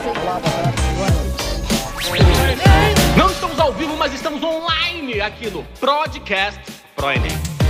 Não estamos ao vivo, mas estamos online aqui no Podcast ProEnem.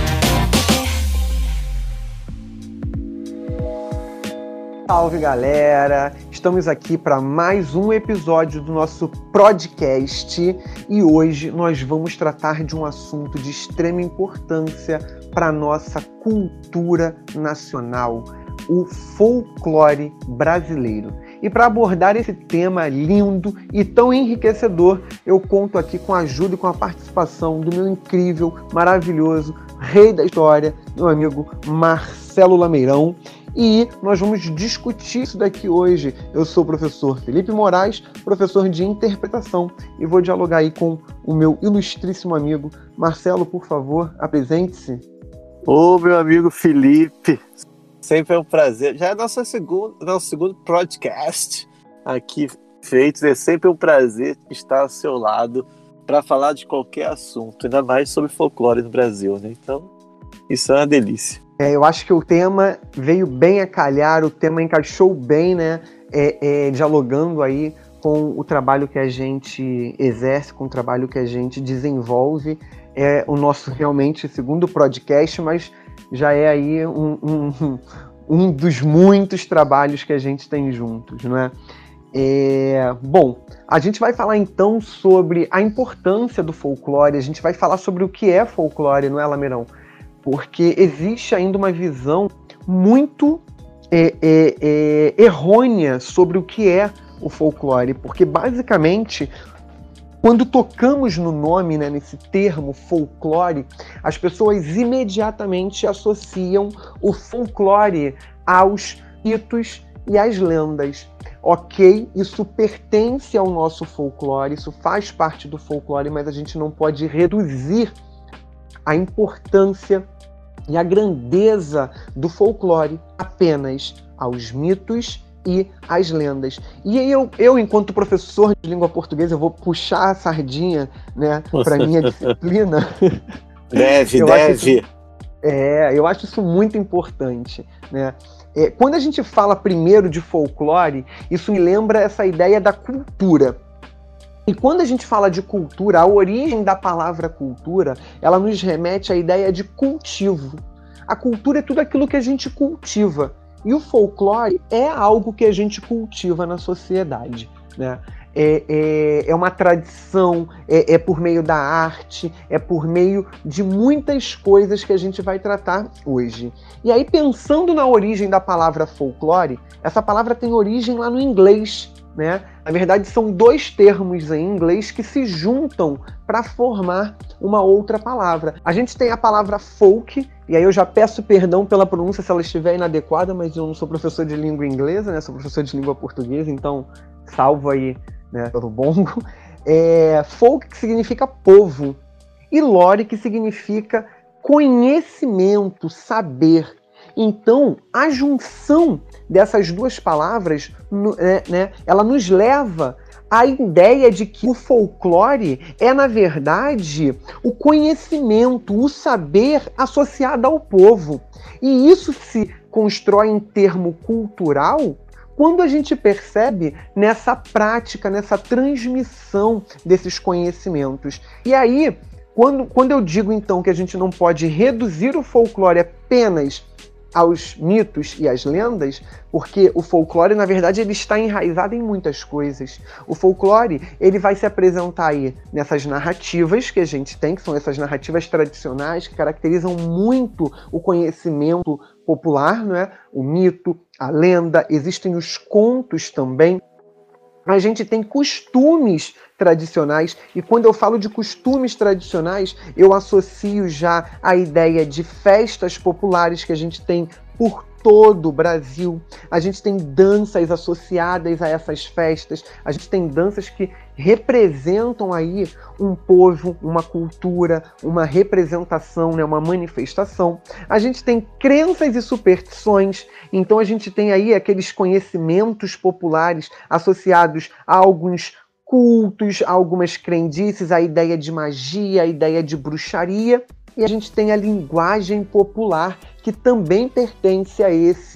Salve, galera! Estamos aqui para mais um episódio do nosso podcast e hoje nós vamos tratar de um assunto de extrema importância para a nossa cultura nacional, o folclore brasileiro. E para abordar esse tema lindo e tão enriquecedor, eu conto aqui com a ajuda e com a participação do meu incrível, maravilhoso rei da história, meu amigo Marcelo Lameirão. E nós vamos discutir isso daqui hoje. Eu sou o professor Felipe Moraes, professor de interpretação, e vou dialogar aí com o meu ilustríssimo amigo Marcelo. Por favor, apresente-se. Ô, meu amigo Felipe, sempre é um prazer. Já é nosso segundo podcast aqui feito. É sempre um prazer estar ao seu lado para falar de qualquer assunto, ainda mais sobre folclore no Brasil, né? Então, isso é uma delícia. Eu acho que o tema veio bem a calhar, o tema encaixou bem, né? Dialogando aí com o trabalho que a gente exerce, com o trabalho que a gente desenvolve. É o nosso realmente segundo podcast, mas já é aí um dos muitos trabalhos que a gente tem juntos, não é? Bom, a gente vai falar então sobre a importância do folclore, a gente vai falar sobre o que é folclore, não é, Lameirão? Porque existe ainda uma visão muito errônea sobre o que é o folclore, porque basicamente, quando tocamos no nome, né, nesse termo folclore, as pessoas imediatamente associam o folclore aos mitos e às lendas. Ok, isso pertence ao nosso folclore, isso faz parte do folclore, mas a gente não pode reduzir a importância e a grandeza do folclore apenas aos mitos e às lendas. E eu enquanto professor de língua portuguesa, eu vou puxar a sardinha, né, para minha disciplina. Deve. Eu acho isso muito importante, né? Quando a gente fala primeiro de folclore, isso me lembra essa ideia da cultura. E quando a gente fala de cultura, a origem da palavra cultura, ela nos remete à ideia de cultivo. A cultura é tudo aquilo que a gente cultiva. E o folclore é algo que a gente cultiva na sociedade, né? É uma tradição, é por meio da arte, é por meio de muitas coisas que a gente vai tratar hoje. E aí, pensando na origem da palavra folclore, essa palavra tem origem lá no inglês, né? Na verdade, são dois termos em inglês que se juntam para formar uma outra palavra. A gente tem a palavra folk, e aí eu já peço perdão pela pronúncia se ela estiver inadequada, mas eu não sou professor de língua inglesa, né? Sou professor de língua portuguesa, então salvo aí, né, pelo bongo. Folk, que significa povo, e lore, que significa conhecimento, saber. Então, a junção dessas duas palavras, né, ela nos leva à ideia de que o folclore é, na verdade, o conhecimento, o saber associado ao povo. E isso se constrói em termo cultural quando a gente percebe nessa prática, nessa transmissão desses conhecimentos. E aí, quando eu digo, então, que a gente não pode reduzir o folclore apenas aos mitos e às lendas, porque o folclore, na verdade, ele está enraizado em muitas coisas. O folclore, ele vai se apresentar aí nessas narrativas que a gente tem, que são essas narrativas tradicionais, que caracterizam muito o conhecimento popular, não é? O mito, a lenda, existem os contos também. A gente tem costumes tradicionais, e quando eu falo de costumes tradicionais, eu associo já a ideia de festas populares que a gente tem por todo o Brasil. A gente tem danças associadas a essas festas, a gente tem danças que representam aí um povo, uma cultura, uma representação, né, uma manifestação. A gente tem crenças e superstições, então a gente tem aí aqueles conhecimentos populares associados a alguns cultos, a algumas crendices, a ideia de magia, a ideia de bruxaria. E a gente tem a linguagem popular, que também pertence a esse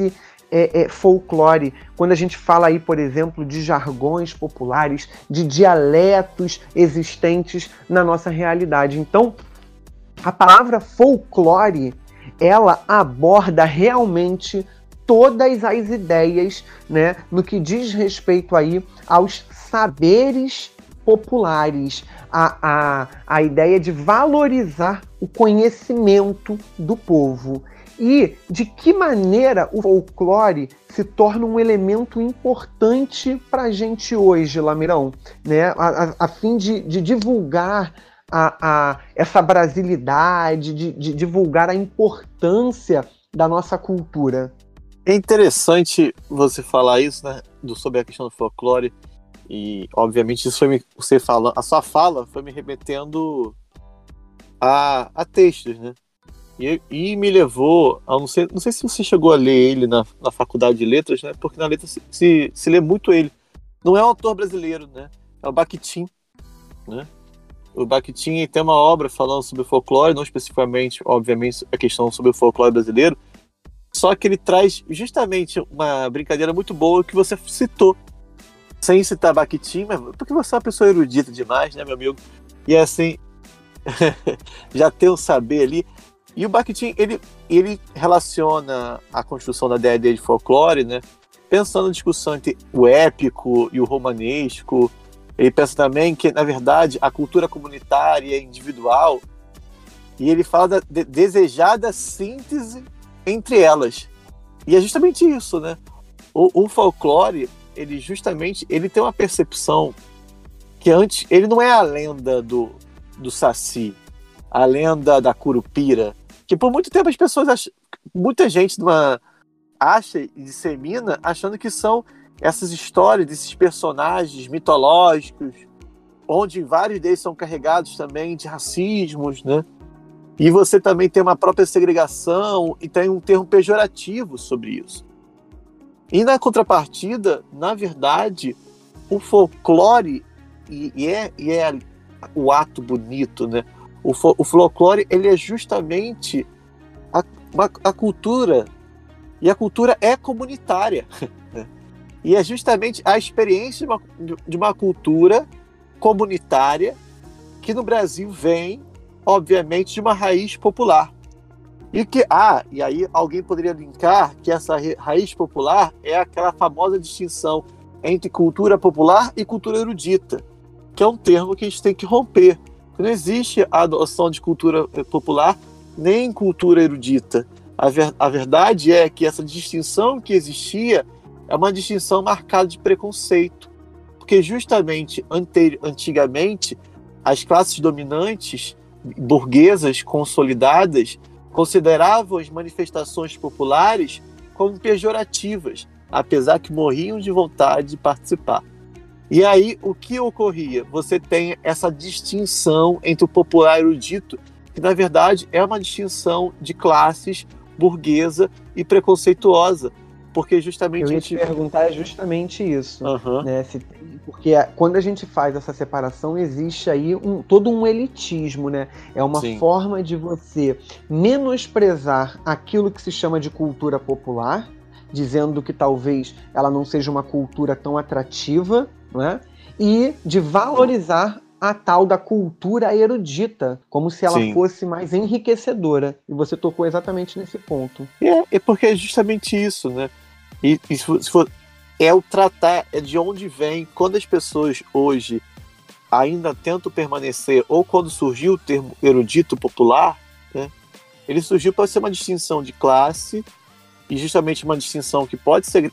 folclore, quando a gente fala aí, por exemplo, de jargões populares, de dialetos existentes na nossa realidade. Então, a palavra folclore, ela aborda realmente todas as ideias, né, no que diz respeito aí aos saberes populares, a ideia de valorizar o conhecimento do povo. E de que maneira o folclore se torna um elemento importante para a gente hoje, Lamirão, né? A fim de divulgar essa brasilidade, de divulgar a importância da nossa cultura. É interessante você falar isso, né, sobre a questão do folclore, e obviamente isso foi você falando, a sua fala foi me remetendo a textos, né? E me levou a não sei se você chegou a ler ele na faculdade de letras, né? Porque na letra se lê muito ele. Não é um autor brasileiro, né? É o Bakhtin, né? O Bakhtin tem uma obra falando sobre o folclore, não especificamente, obviamente, a questão sobre o folclore brasileiro, só que ele traz justamente uma brincadeira muito boa que você citou, sem citar Bakhtin, mas porque você é uma pessoa erudita demais, né, meu amigo? E assim, já tem um saber ali. E o Bakhtin, ele relaciona a construção da ideia de folclore, né, pensando na discussão entre o épico e o romanesco. Ele pensa também que, na verdade, a cultura comunitária é individual, e ele fala da desejada síntese entre elas. E é justamente isso, né? O folclore, ele tem uma percepção que antes, ele não é a lenda do Saci, a lenda da Curupira, que por muito tempo as pessoas muita gente acha e dissemina achando que são essas histórias desses personagens mitológicos, onde vários deles são carregados também de racismos, né? E você também tem uma própria segregação e tem um termo pejorativo sobre isso. E na contrapartida, na verdade, o folclore, e é o ato bonito, né? O folclore, ele é justamente a cultura, e a cultura é comunitária. E é justamente a experiência de uma cultura comunitária que no Brasil vem, obviamente, de uma raiz popular. E aí alguém poderia linkar que essa raiz popular é aquela famosa distinção entre cultura popular e cultura erudita, que é um termo que a gente tem que romper. Não existe a noção de cultura popular nem cultura erudita. A verdade é que essa distinção que existia é uma distinção marcada de preconceito, porque justamente antigamente as classes dominantes burguesas consolidadas consideravam as manifestações populares como pejorativas, apesar que morriam de vontade de participar. E aí, o que ocorria? Você tem essa distinção entre o popular erudito, que na verdade é uma distinção de classes burguesa e preconceituosa, porque justamente... Eu ia te perguntar justamente isso, uhum. né? Porque quando a gente faz essa separação, existe aí todo um elitismo, né? É uma Sim. forma de você menosprezar aquilo que se chama de cultura popular, dizendo que talvez ela não seja uma cultura tão atrativa, né? E de valorizar a tal da cultura erudita, como se ela Sim. fosse mais enriquecedora. E você tocou exatamente nesse ponto. É porque é justamente isso, né? E se for, é o tratar, é de onde vem, quando as pessoas hoje ainda tentam permanecer, ou quando surgiu o termo erudito popular, né? Ele surgiu para ser uma distinção de classe, e justamente uma distinção que pode ser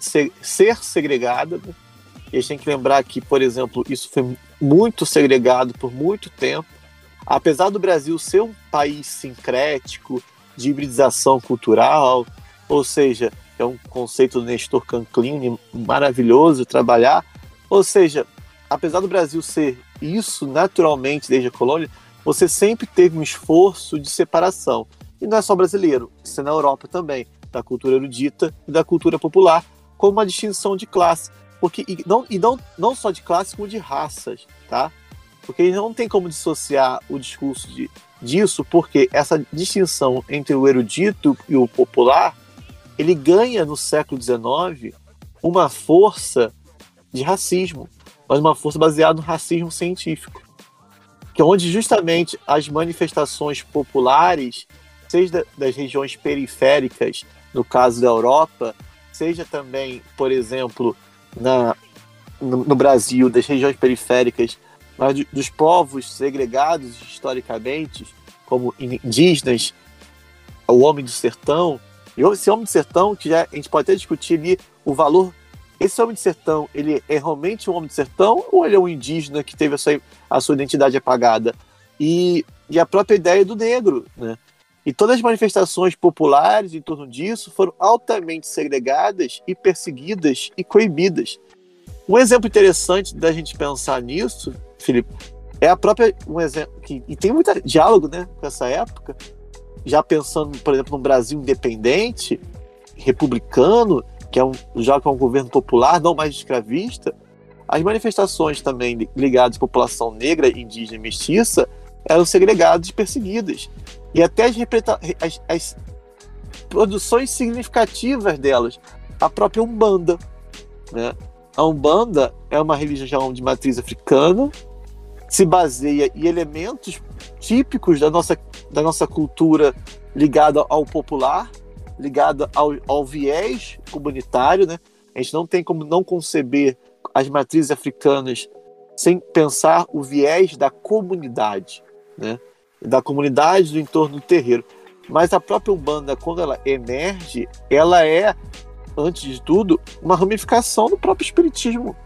segregada, né? E a gente tem que lembrar que, por exemplo, isso foi muito segregado por muito tempo. Apesar do Brasil ser um país sincrético, de hibridização cultural, ou seja, é um conceito do Nestor Canclini maravilhoso trabalhar, ou seja, apesar do Brasil ser isso naturalmente desde a colônia, você sempre teve um esforço de separação. E não é só brasileiro, isso é na Europa também, da cultura erudita e da cultura popular, como uma distinção de classe. Porque, não só de classe, como de raças, tá? Porque não tem como dissociar o discurso disso, porque essa distinção entre o erudito e o popular ele ganha no século XIX uma força de racismo, mas uma força baseada no racismo científico, que é onde justamente as manifestações populares, seja das regiões periféricas, no caso da Europa, seja também, por exemplo, no Brasil, das regiões periféricas, mas dos povos segregados historicamente, como indígenas, o homem do sertão. E esse homem do sertão, que já a gente pode até discutir ali o valor. Esse homem do sertão, ele é realmente um homem do sertão ou ele é um indígena que teve a sua identidade apagada? E a própria ideia do negro, né? E todas as manifestações populares em torno disso foram altamente segregadas e perseguidas e coibidas. Um exemplo interessante da gente pensar nisso, Felipe, é um exemplo e tem muito diálogo, né, com essa época, já pensando, por exemplo, no Brasil independente, republicano, que é um governo popular, não mais escravista. As manifestações também ligadas à população negra, indígena e mestiça eram segregadas e perseguidas. E até as produções significativas delas, a própria Umbanda, né? A Umbanda é uma religião de matriz africana, se baseia em elementos típicos da nossa cultura ligada ao popular, ligada ao viés comunitário, né? A gente não tem como não conceber as matrizes africanas sem pensar o viés da comunidade, né? Da comunidade do entorno do terreiro. Mas a própria Umbanda, quando ela emerge, ela é, antes de tudo, uma ramificação do próprio espiritismo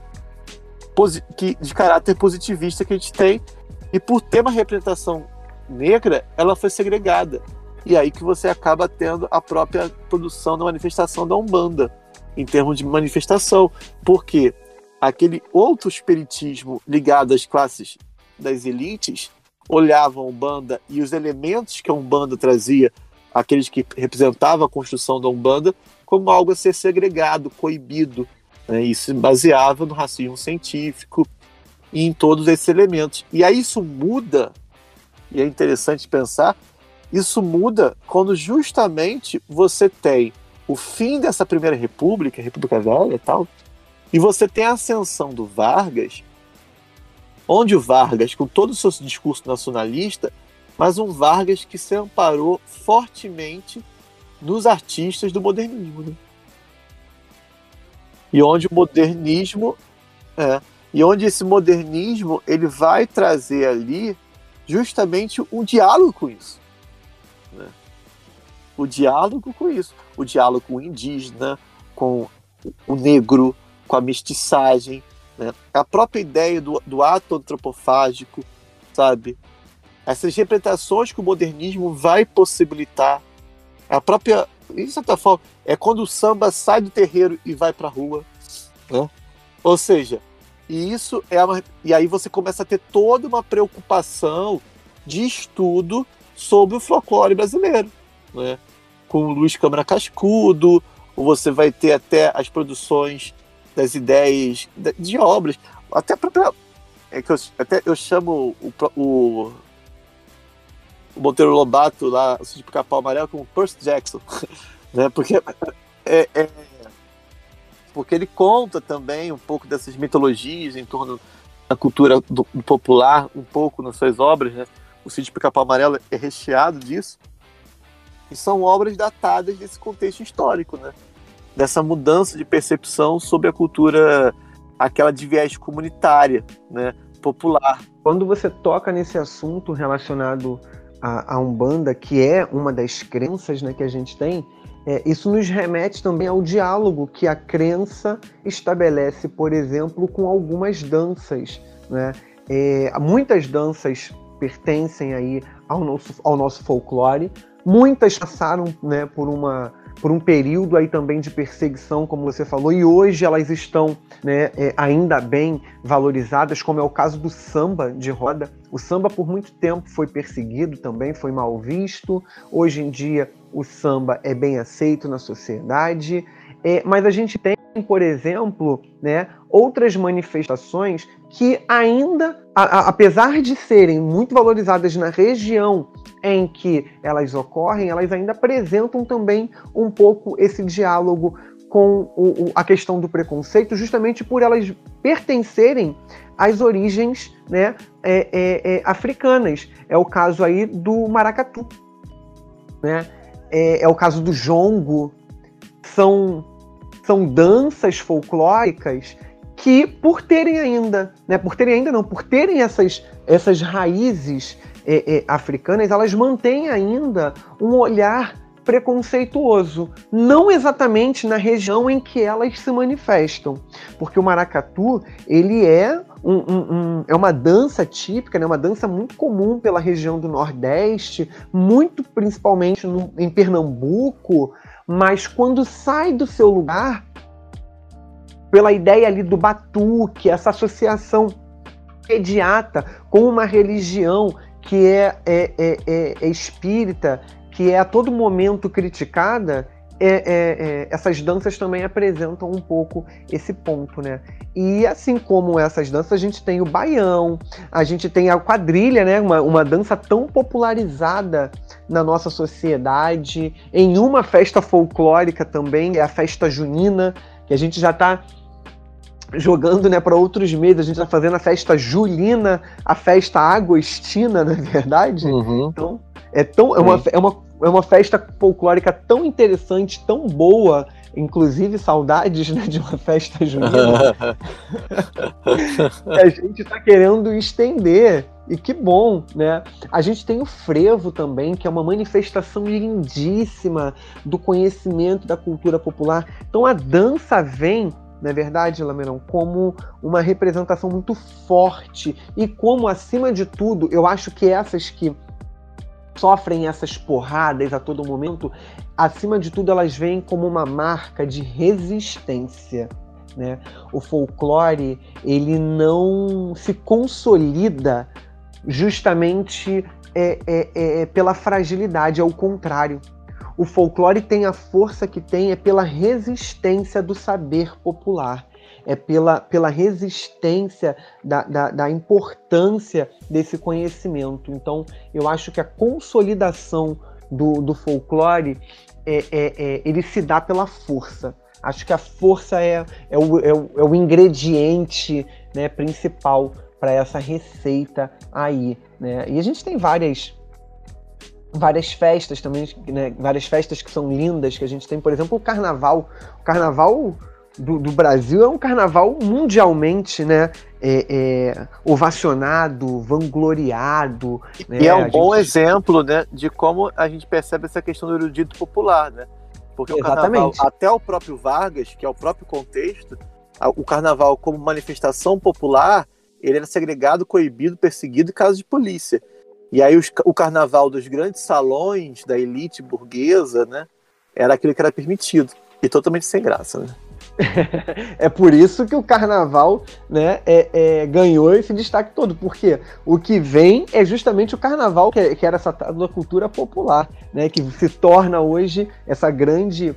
de caráter positivista que a gente tem, e por ter uma representação negra, ela foi segregada. E aí que você acaba tendo a própria produção da manifestação da Umbanda, em termos de manifestação, porque aquele outro espiritismo ligado às classes das elites olhavam a Umbanda e os elementos que a Umbanda trazia, aqueles que representavam a construção da Umbanda, como algo a ser segregado, coibido, né? E se baseava no racismo científico e em todos esses elementos. E aí isso muda, e é interessante pensar, isso muda quando justamente você tem o fim dessa Primeira República, a República Velha e tal, e você tem a ascensão do Vargas, onde o Vargas, com todo o seu discurso nacionalista, mas um Vargas que se amparou fortemente nos artistas do modernismo, né? E onde o modernismo e onde esse modernismo ele vai trazer ali justamente um diálogo com isso, né? O diálogo com isso, o diálogo com o indígena, com o negro, com a mestiçagem, né? A própria ideia do ato antropofágico, sabe? Essas representações que o modernismo vai possibilitar, a própria, de certa forma, é quando o samba sai do terreiro e vai para a rua, né? Ou seja, e aí você começa a ter toda uma preocupação de estudo sobre o folclore brasileiro, né? Com o Luiz Câmara Cascudo, você vai ter até as produções das ideias de obras, até a própria, eu chamo o Monteiro Lobato lá, o Sítio Pica-Pau Amarelo, como Percy Jackson, né? Porque ele conta também um pouco dessas mitologias em torno da cultura do popular, um pouco nas suas obras, né? O Sítio Pica-Pau Amarelo é recheado disso, e são obras datadas desse contexto histórico, né? Dessa mudança de percepção sobre a cultura, aquela de viés comunitária, né? Popular. Quando você toca nesse assunto relacionado à Umbanda, que é uma das crenças, né, que a gente tem, isso nos remete também ao diálogo que a crença estabelece, por exemplo, com algumas danças, né? Muitas danças pertencem aí ao nosso folclore, muitas passaram, né, por um período aí também de perseguição, como você falou, e hoje elas estão, né, ainda bem valorizadas, como é o caso do samba de roda. O samba por muito tempo foi perseguido também, foi mal visto. Hoje em dia o samba é bem aceito na sociedade. Mas a gente tem, por exemplo, né, outras manifestações que ainda, apesar de serem muito valorizadas na região em que elas ocorrem, elas ainda apresentam também um pouco esse diálogo com a questão do preconceito, justamente por elas pertencerem às origens, né, africanas. É o caso aí do maracatu, né? É o caso do jongo. São danças folclóricas que, por terem essas raízes africanas, elas mantêm ainda um olhar preconceituoso, não exatamente na região em que elas se manifestam, porque o maracatu, ele é uma dança típica, né, uma dança muito comum pela região do Nordeste, muito principalmente em Pernambuco, mas quando sai do seu lugar, pela ideia ali do batuque, essa associação imediata com uma religião que é espírita, que é a todo momento criticada, essas danças também apresentam um pouco esse ponto, né? E assim como essas danças, a gente tem o baião, a gente tem a quadrilha, né? Uma dança tão popularizada na nossa sociedade, em uma festa folclórica também, é a festa junina, que a gente já está jogando, né, para outros meses. A gente está fazendo a festa julina, a festa agostina, não é verdade? Uhum. Então, é uma festa folclórica tão interessante, tão boa, inclusive saudades, né, de uma festa junina, que a gente está querendo estender, e que bom, né? A gente tem o frevo também, que é uma manifestação lindíssima do conhecimento da cultura popular. Então a dança vem, na verdade, Lameirão, como uma representação muito forte, e como, acima de tudo, eu acho que essas que sofrem essas porradas a todo momento, acima de tudo elas vêm como uma marca de resistência, né? O folclore, ele não se consolida justamente pela fragilidade, ao contrário. O folclore tem a força que tem pela resistência do saber popular, pela resistência da importância desse conhecimento. Então, eu acho que a consolidação do folclore ele se dá pela força. Acho que a força é o ingrediente, né, principal para essa receita aí, né? E a gente tem várias festas também, né? Várias festas que são lindas, que a gente tem, por exemplo, o carnaval. O carnaval do Brasil é um carnaval mundialmente, né, ovacionado, vangloriado. Né? E é um bom exemplo, né, de como a gente percebe essa questão do erudito popular, né? Porque Exatamente. O carnaval, até o próprio Vargas, que é o próprio contexto, o carnaval como manifestação popular, ele era segregado, coibido, perseguido em caso de polícia. E aí o carnaval dos grandes salões, da elite burguesa, né, era aquilo que era permitido. E totalmente sem graça, né? É por isso que o carnaval, né, ganhou esse destaque todo, porque o que vem é justamente o carnaval, que era essa da cultura popular, né, que se torna hoje essa grande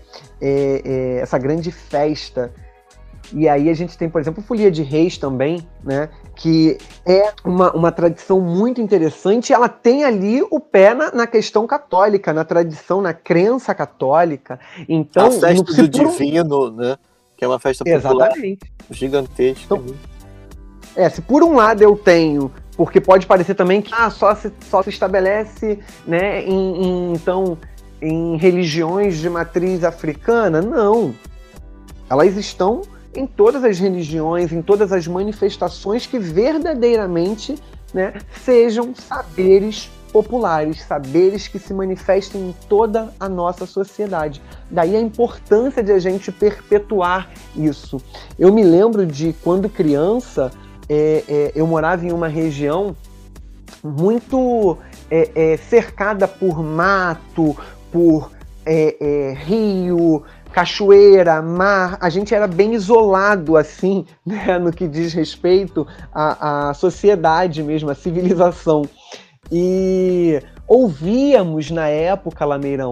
festa. E aí a gente tem, por exemplo, Folia de Reis também, né, que é uma tradição muito interessante. Ela tem ali o pé na questão católica, na tradição, na crença católica. Então, a festa do divino, né? Que é uma festa popular. Exatamente. Gigantesca. Então, se por um lado eu tenho, porque pode parecer também que só se estabelece, né, em religiões de matriz africana, não. Elas estão em todas as religiões, em todas as manifestações que verdadeiramente, né, sejam saberes populares, saberes que se manifestem em toda a nossa sociedade. Daí a importância de a gente perpetuar isso. Eu me lembro de quando criança, eu morava em uma região muito cercada por mato, por rio, cachoeira, mar. A gente era bem isolado, assim, né, no que diz respeito à sociedade mesmo, à civilização. E ouvíamos na época, Lameirão,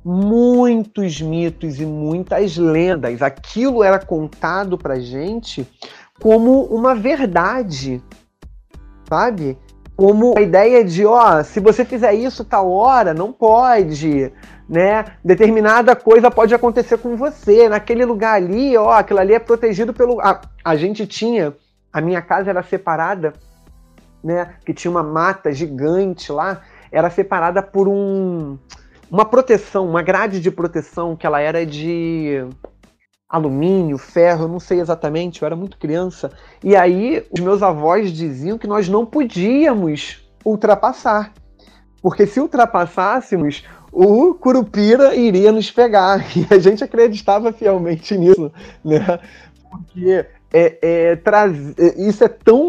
muitos mitos e muitas lendas. Aquilo era contado pra gente como uma verdade, sabe? Como a ideia de, se você fizer isso tal hora, não pode, né? Determinada coisa pode acontecer com você. Naquele lugar ali, aquilo ali é protegido pelo... A gente tinha... A minha casa era separada, né? Que tinha uma mata gigante lá. Era separada por uma proteção, uma grade de proteção, que ela era de alumínio, ferro, eu não sei exatamente, eu era muito criança. E aí, os meus avós diziam que nós não podíamos ultrapassar. Porque se ultrapassássemos, o Curupira iria nos pegar. E a gente acreditava fielmente nisso, né? Porque isso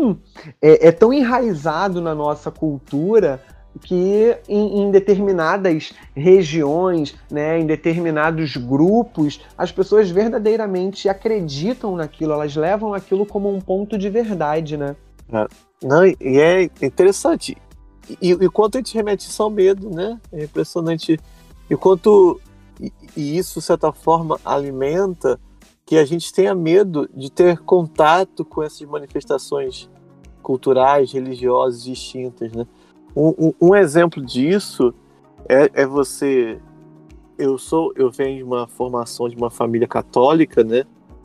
é tão enraizado na nossa cultura que em determinadas regiões, né, em determinados grupos, as pessoas verdadeiramente acreditam naquilo, elas levam aquilo como um ponto de verdade, né? Não, e é interessante. E o quanto a gente remete isso ao medo, né? É impressionante. E o quanto isso, de certa forma, alimenta que a gente tenha medo de ter contato com essas manifestações culturais, religiosas distintas, né? Um exemplo disso é você... Eu venho de uma formação de uma família católica, né?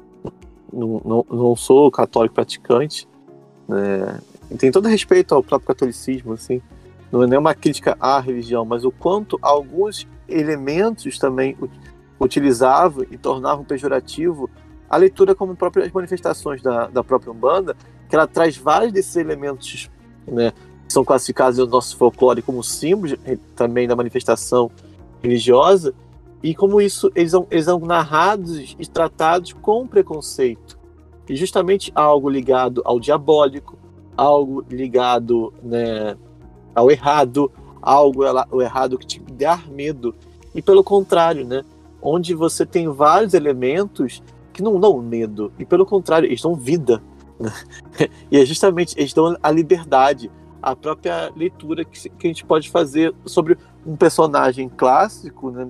Não sou católico praticante, né? E tem todo respeito ao próprio catolicismo, assim. Não é uma crítica à religião, mas o quanto alguns elementos também utilizavam e tornavam pejorativo a leitura como próprias manifestações da própria Umbanda, que ela traz vários desses elementos, né, que são classificados no nosso folclore como símbolos também da manifestação religiosa, e como isso eles são narrados e tratados com preconceito. E justamente algo ligado ao diabólico, algo ligado, né, ao errado, o errado que te dá medo. E pelo contrário, né, onde você tem vários elementos que não dão medo, e pelo contrário, eles dão vida, né? E é justamente, eles dão a liberdade, a própria leitura que a gente pode fazer sobre um personagem clássico, né,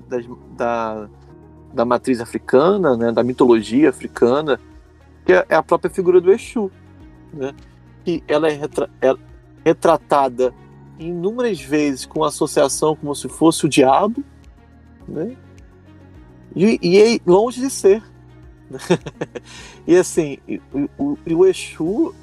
da matriz africana, né, da mitologia africana, que é a própria figura do Exu, né? Que ela é retratada inúmeras vezes com associação como se fosse o diabo, né? E é longe de ser. E assim, o Exu,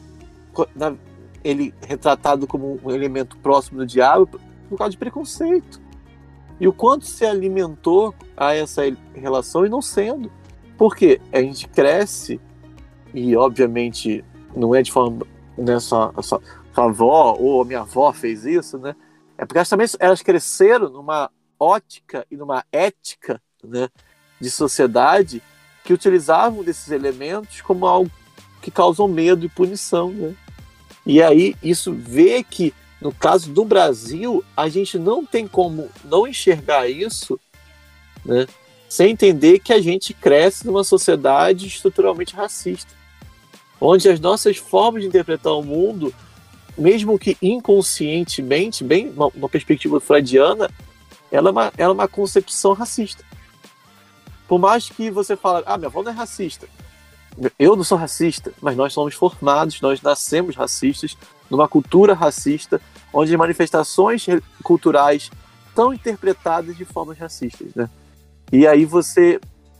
ele é retratado como um elemento próximo do diabo por causa de preconceito. E o quanto se alimentou a essa relação e não sendo. Porque a gente cresce, e obviamente não é de forma, né, sua avó ou a minha avó fez isso, né? É porque elas cresceram numa ótica e numa ética, né, de sociedade que utilizavam desses elementos como algo que causam medo e punição, né? E aí isso vê que, no caso do Brasil, a gente não tem como não enxergar isso, né, sem entender que a gente cresce numa sociedade estruturalmente racista, onde as nossas formas de interpretar o mundo, mesmo que inconscientemente, bem uma perspectiva freudiana, ela é uma concepção racista. Por mais que você fale, minha avó não é racista. Eu não sou racista, mas nós somos formados, nós nascemos racistas, numa cultura racista, onde as manifestações culturais estão interpretadas de formas racistas, né? E aí você...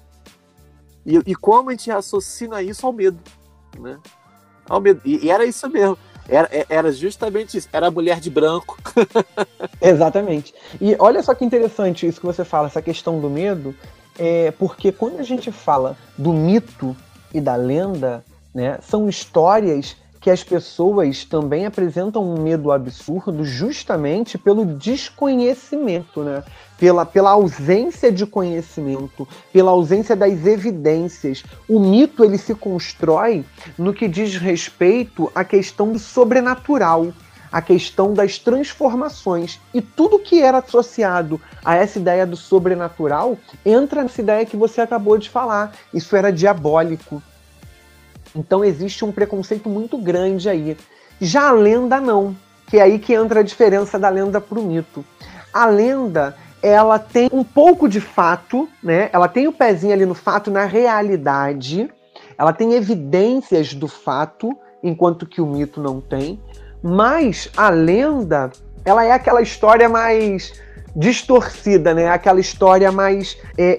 E como a gente associa isso ao medo, né? Ao medo. E era isso mesmo. Era justamente isso. Era a mulher de branco. Exatamente. E olha só que interessante isso que você fala, essa questão do medo, porque quando a gente fala do mito e da lenda, né, são histórias que as pessoas também apresentam um medo absurdo justamente pelo desconhecimento, né? Pela ausência de conhecimento, pela ausência das evidências. O mito, ele se constrói no que diz respeito à questão do sobrenatural, a questão das transformações. E tudo que era associado a essa ideia do sobrenatural entra nessa ideia que você acabou de falar. Isso era diabólico. Então existe um preconceito muito grande aí. Já a lenda não, que é aí que entra a diferença da lenda para o mito. A lenda, ela tem um pouco de fato, né? Ela tem o pezinho ali no fato, na realidade. Ela tem evidências do fato, enquanto que o mito não tem. Mas a lenda, ela é aquela história mais distorcida, né? Aquela história mais...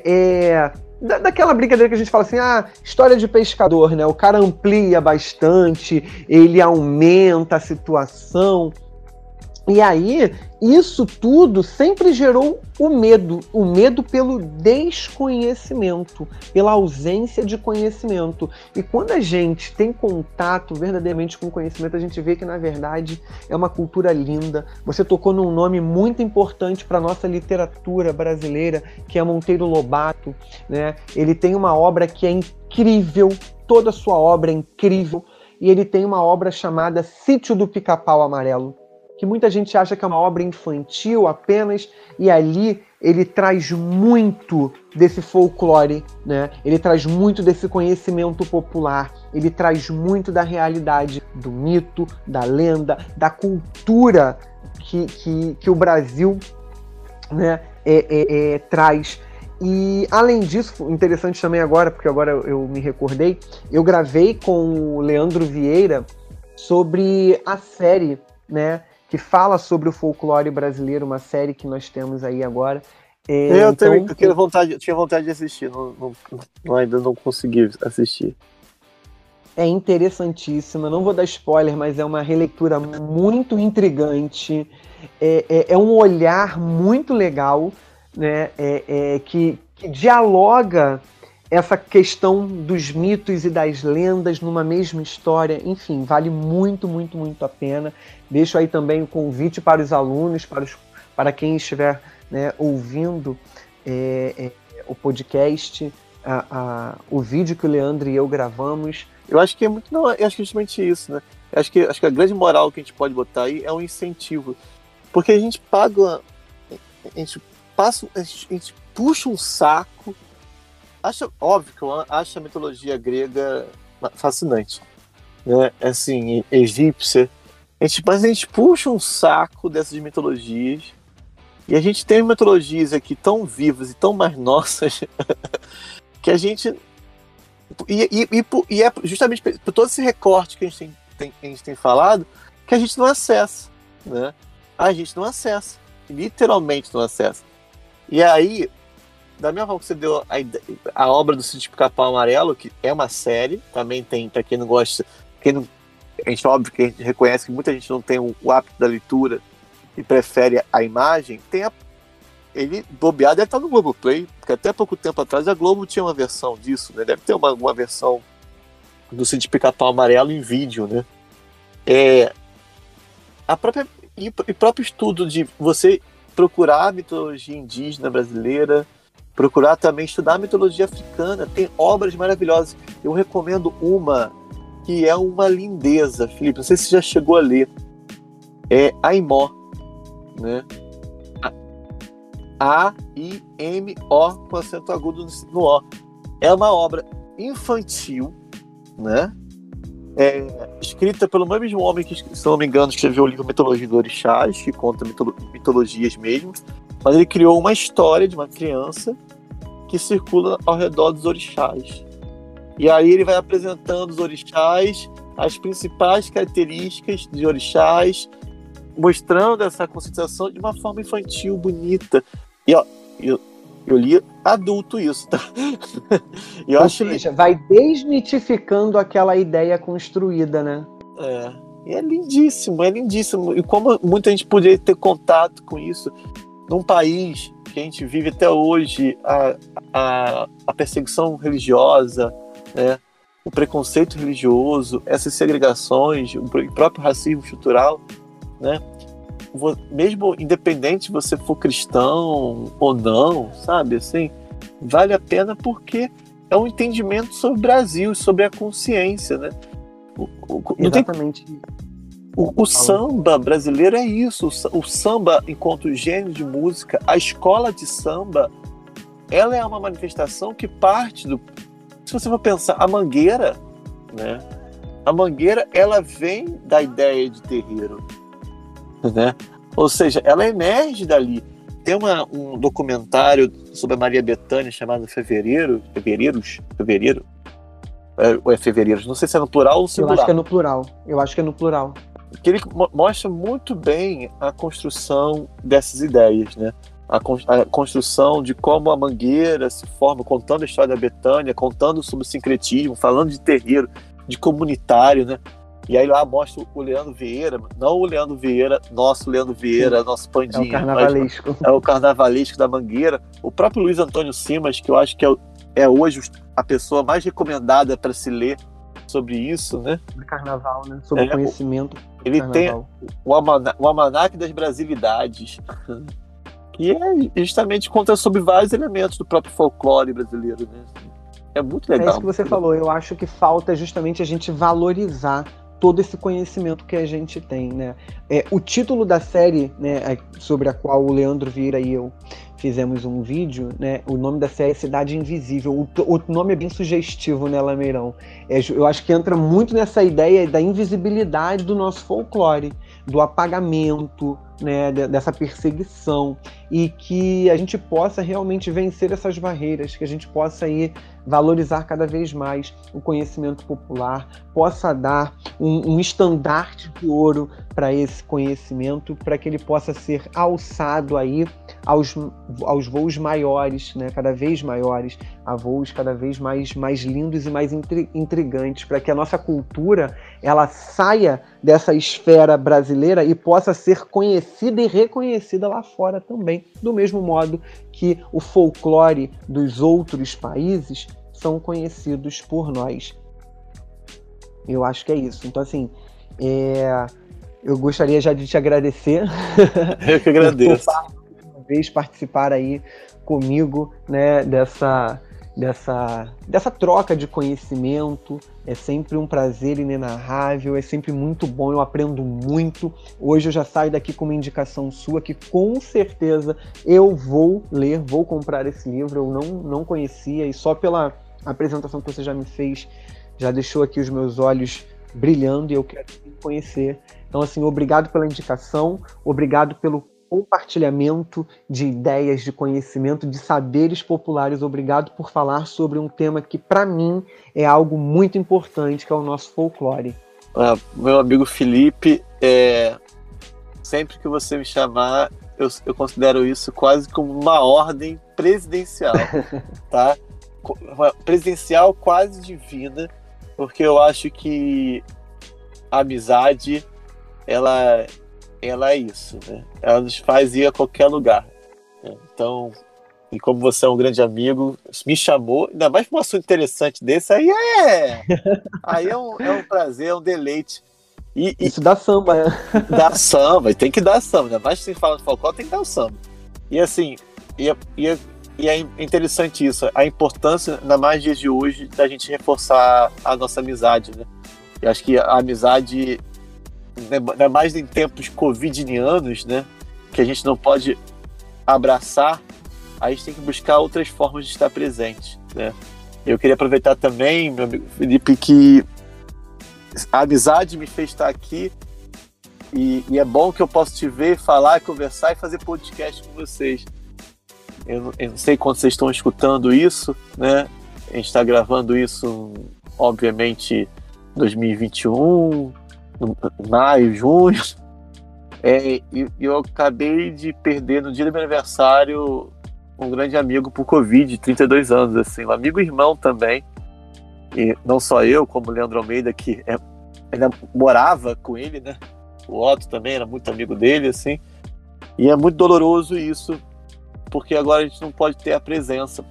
daquela brincadeira que a gente fala assim, história de pescador, né? O cara amplia bastante, ele aumenta a situação. E aí, isso tudo sempre gerou o medo pelo desconhecimento, pela ausência de conhecimento. E quando a gente tem contato verdadeiramente com o conhecimento, a gente vê que, na verdade, é uma cultura linda. Você tocou num nome muito importante para a nossa literatura brasileira, que é Monteiro Lobato, né? Ele tem uma obra que é incrível, toda a sua obra é incrível, e ele tem uma obra chamada Sítio do Pica-Pau Amarelo, que muita gente acha que é uma obra infantil apenas, e ali ele traz muito desse folclore, né? Ele traz muito desse conhecimento popular, ele traz muito da realidade, do mito, da lenda, da cultura que o Brasil, né, traz. E, além disso, interessante também agora, porque agora eu me recordei, eu gravei com o Leandro Vieira sobre a série, né, que fala sobre o folclore brasileiro, uma série que nós temos aí agora. Eu tinha vontade de assistir, ainda não consegui assistir. É interessantíssima, não vou dar spoiler, mas é uma releitura muito intrigante, é um olhar muito legal, né, que dialoga essa questão dos mitos e das lendas numa mesma história. Enfim, vale muito, muito, muito a pena. Deixo aí também o convite para os alunos, para quem estiver, né, ouvindo o podcast, o vídeo que o Leandro e eu gravamos. Eu acho que eu acho que é justamente isso, né? Eu acho que a grande moral que a gente pode botar aí é um incentivo. Porque a gente a gente puxa um saco. Óbvio que eu acho a mitologia grega fascinante, né? Assim, egípcia. Mas a gente puxa um saco dessas mitologias, e a gente tem mitologias aqui tão vivas e tão mais nossas que a gente... E é justamente por todo esse recorte que a gente tem falado que a gente não acessa, né? A gente não acessa, literalmente não acessa. E aí, da mesma forma que você deu a obra do Sítio do Pica-Pau Amarelo, que é uma série, também tem, para quem não gosta, a gente, óbvio que a gente reconhece que muita gente não tem o hábito da leitura e prefere a imagem, ele bobeado deve estar no Globoplay, porque até pouco tempo atrás a Globo tinha uma versão disso, né? Deve ter uma versão do Sítio do Pica-Pau Amarelo em vídeo, né? O próprio estudo de você procurar a mitologia indígena brasileira, procurar também estudar a mitologia africana, tem obras maravilhosas. Eu recomendo uma que é uma lindeza, Felipe, não sei se você já chegou a ler, é Aimó, né? A-I-M-O com acento agudo no O. É uma obra infantil, né? Escrita pelo mesmo homem que, se não me engano, escreveu o livro Mitologia do Orixás, que conta mitologias mesmo, mas ele criou uma história de uma criança que circula ao redor dos orixás. E aí ele vai apresentando os orixás, as principais características de orixás, mostrando essa conscientização de uma forma infantil, bonita. E ó, eu li adulto isso, tá? Ou seja, vai desmitificando aquela ideia construída, né? E é lindíssimo, é lindíssimo. E como muita gente poderia ter contato com isso num país que a gente vive até hoje, a perseguição religiosa, né? O preconceito religioso, essas segregações, o próprio racismo estrutural, né? Mesmo independente se você for cristão ou não, sabe, assim, vale a pena porque é um entendimento sobre o Brasil, sobre a consciência, né? Exatamente. O samba brasileiro é isso. O samba, enquanto gênero de música, a escola de samba, ela é uma manifestação que parte do... Se você for pensar, a Mangueira, né? A Mangueira, ela vem da ideia de terreiro, né? Ou seja, ela emerge dali. Tem um documentário sobre a Maria Bethânia chamado Fevereiros? Ou é Fevereiros? Não sei se é no plural ou no singular. Eu acho que é no plural. Que ele mostra muito bem a construção dessas ideias, né? A construção de como a Mangueira se forma, contando a história da Bethânia, contando sobre o sincretismo, falando de terreiro, de comunitário, né? E aí lá mostra o Leandro Vieira, não o Leandro Vieira, nosso pandinha. É o carnavalesco. É o carnavalesco da Mangueira. O próprio Luiz Antônio Simas, que eu acho que é hoje a pessoa mais recomendada para se ler sobre isso, né? Sobre carnaval, né? Sobre conhecimento. Ele carnaval. Tem o Almanaque das Brasilidades, que justamente conta sobre vários elementos do próprio folclore brasileiro, né? É muito legal. É isso que você falou. Eu acho que falta justamente a gente valorizar todo esse conhecimento que a gente tem, né? O título da série, né, sobre a qual o Leandro Vieira e eu fizemos um vídeo, né? O nome da série é Cidade Invisível. O nome é bem sugestivo, né, Lameirão? Eu acho que entra muito nessa ideia da invisibilidade do nosso folclore, do apagamento, né, dessa perseguição, e que a gente possa realmente vencer essas barreiras, que a gente possa ir valorizar cada vez mais o conhecimento popular, possa dar um estandarte de ouro para esse conhecimento, para que ele possa ser alçado aí aos voos maiores, né, cada vez maiores, a voos cada vez mais lindos e mais intrigantes, para que a nossa cultura ela saia dessa esfera brasileira e possa ser conhecida e reconhecida lá fora também, do mesmo modo que o folclore dos outros países são conhecidos por nós. Eu acho que é isso. Então, assim, eu gostaria já de te agradecer. Eu que agradeço. Uma vez participar aí comigo, né, dessa troca de conhecimento. É sempre um prazer inenarrável, é sempre muito bom, eu aprendo muito. Hoje eu já saio daqui com uma indicação sua que com certeza eu vou ler, vou comprar esse livro. Eu não conhecia e só pela apresentação que você já me fez, já deixou aqui os meus olhos brilhando e eu quero conhecer. Então, assim, obrigado pela indicação, obrigado pelo compartilhamento de ideias, de conhecimento, de saberes populares. Obrigado por falar sobre um tema que, para mim, é algo muito importante, que é o nosso folclore. Meu amigo Felipe, sempre que você me chamar, eu considero isso quase como uma ordem presidencial, tá? Presidencial quase divina, porque eu acho que a amizade, ela é isso, né? Ela nos faz ir a qualquer lugar, né? Então, e como você é um grande amigo, me chamou, ainda mais para um assunto interessante desse, aí é um prazer, é um deleite. Isso dá samba, né? Dá samba, tem que dar samba, ainda mais que você fala de folclore, tem que dar o samba. E assim, é interessante isso, a importância, ainda mais dias de hoje, da gente reforçar a nossa amizade, né? Eu acho que a amizade, ainda mais em tempos covidianos, né, que a gente não pode abraçar, a gente tem que buscar outras formas de estar presente, né? Eu queria aproveitar também, meu amigo Felipe, que a amizade me fez estar aqui e é bom que eu posso te ver, falar, conversar e fazer podcast com vocês. Eu não sei quando vocês estão escutando isso, né? A gente está gravando isso, obviamente, 2021, maio, junho. E eu acabei de perder no dia do meu aniversário um grande amigo por Covid, 32 anos, assim, um amigo irmão também. E não só eu, como o Leandro Almeida, que ainda morava com ele, né? O Otto também era muito amigo dele, assim. E é muito doloroso isso, porque agora a gente não pode ter a presença.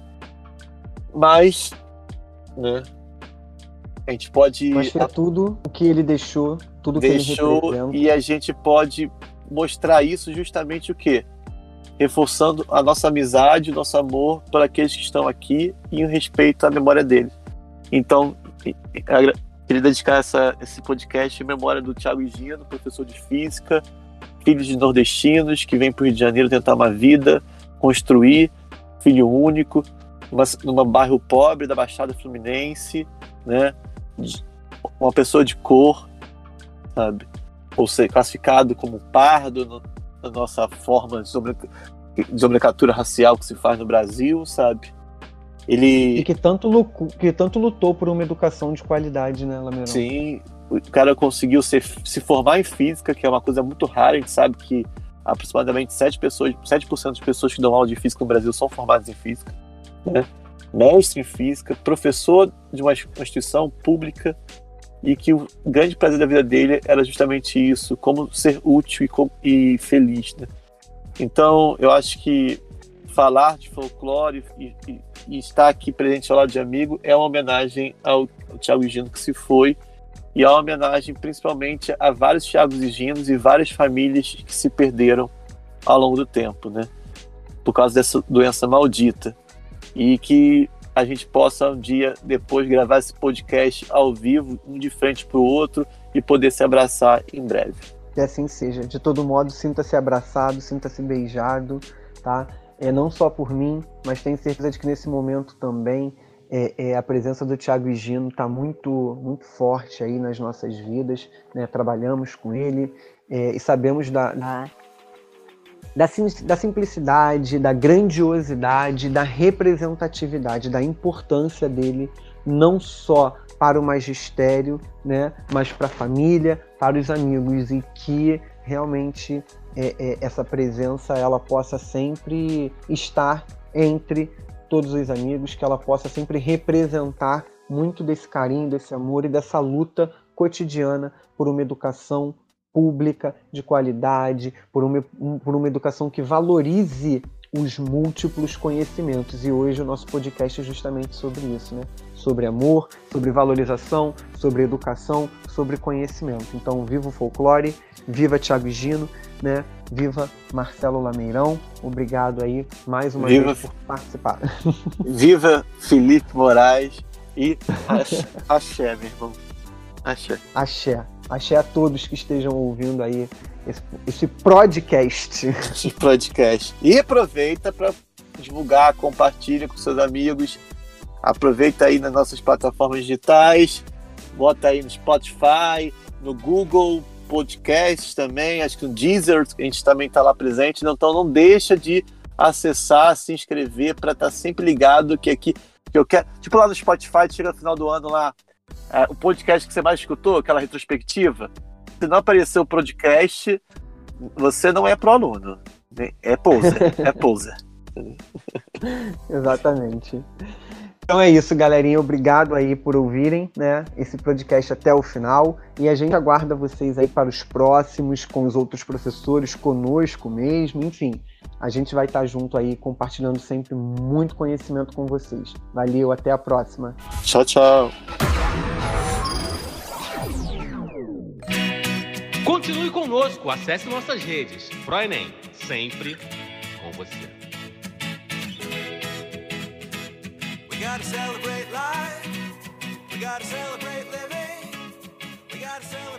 Mas, né? A gente pode... Mas é tudo o que ele deixou, tudo que ele representa. E a gente pode mostrar isso justamente o quê? Reforçando a nossa amizade, o nosso amor por aqueles que estão aqui e o respeito à memória deles. Então, queria dedicar esse podcast em memória do Thiago Higino, professor de física, filho de nordestinos que vem para o Rio de Janeiro tentar uma vida, construir, filho único, num bairro pobre da Baixada Fluminense, né? Uma pessoa de cor, sabe? Ou ser classificado como pardo na nossa forma de nomenclatura racial que se faz no Brasil, sabe? E que tanto lutou por uma educação de qualidade, né, Lameirão? Sim, o cara conseguiu se formar em física, que é uma coisa muito rara. A gente sabe que aproximadamente 7% das pessoas que dão aula de física no Brasil são formadas em física, né? Mestre em física, professor de uma instituição pública, e que o grande prazer da vida dele era justamente isso, como ser útil e feliz, né? Então, eu acho que falar de folclore e estar aqui presente ao lado de amigo é uma homenagem ao Thiago Higino que se foi, e é uma homenagem principalmente a vários Thiagos Higinos e várias famílias que se perderam ao longo do tempo, né? Por causa dessa doença maldita. E que a gente possa um dia depois gravar esse podcast ao vivo, um de frente para o outro, e poder se abraçar em breve. Que assim seja. De todo modo, sinta-se abraçado, sinta-se beijado, tá? Não só por mim, mas tenho certeza de que nesse momento também a presença do Thiago Higino está muito, muito forte aí nas nossas vidas, né? Trabalhamos com ele e sabemos da simplicidade, da grandiosidade, da representatividade, da importância dele, não só para o magistério, né, mas para a família, para os amigos, e que realmente essa presença ela possa sempre estar entre todos os amigos, que ela possa sempre representar muito desse carinho, desse amor e dessa luta cotidiana por uma educação pública de qualidade, por uma educação que valorize os múltiplos conhecimentos. E hoje o nosso podcast é justamente sobre isso, né? Sobre amor, sobre valorização, sobre educação, sobre conhecimento. Então, viva o folclore, viva Thiago Higino, né? Viva Marcelo Lameirão. Obrigado aí mais uma vez por participar. Viva Felipe Moraes e axé, meu irmão. Axé. Axé. Axé a todos que estejam ouvindo aí esse podcast. Esse podcast. E aproveita para divulgar, compartilha com seus amigos. Aproveita aí nas nossas plataformas digitais. Bota aí no Spotify, no Google Podcasts também. Acho que no Deezer a gente também está lá presente. Então não deixa de acessar, se inscrever para estar sempre ligado que aqui que eu quero. Tipo lá no Spotify, chega no final do ano lá. O podcast que você mais escutou, aquela retrospectiva, se não aparecer o podcast, você não é pró-aluno. É poser. É poser. Exatamente. Então é isso, galerinha. Obrigado aí por ouvirem, né, esse podcast até o final. E a gente aguarda vocês aí para os próximos, com os outros professores, conosco mesmo, enfim. A gente vai estar junto aí, compartilhando sempre muito conhecimento com vocês. Valeu, até a próxima. Tchau, tchau. Continue conosco, acesse nossas redes. ProEnem, sempre com você. We gotta celebrate life. We gotta celebrate living. We gotta celebrate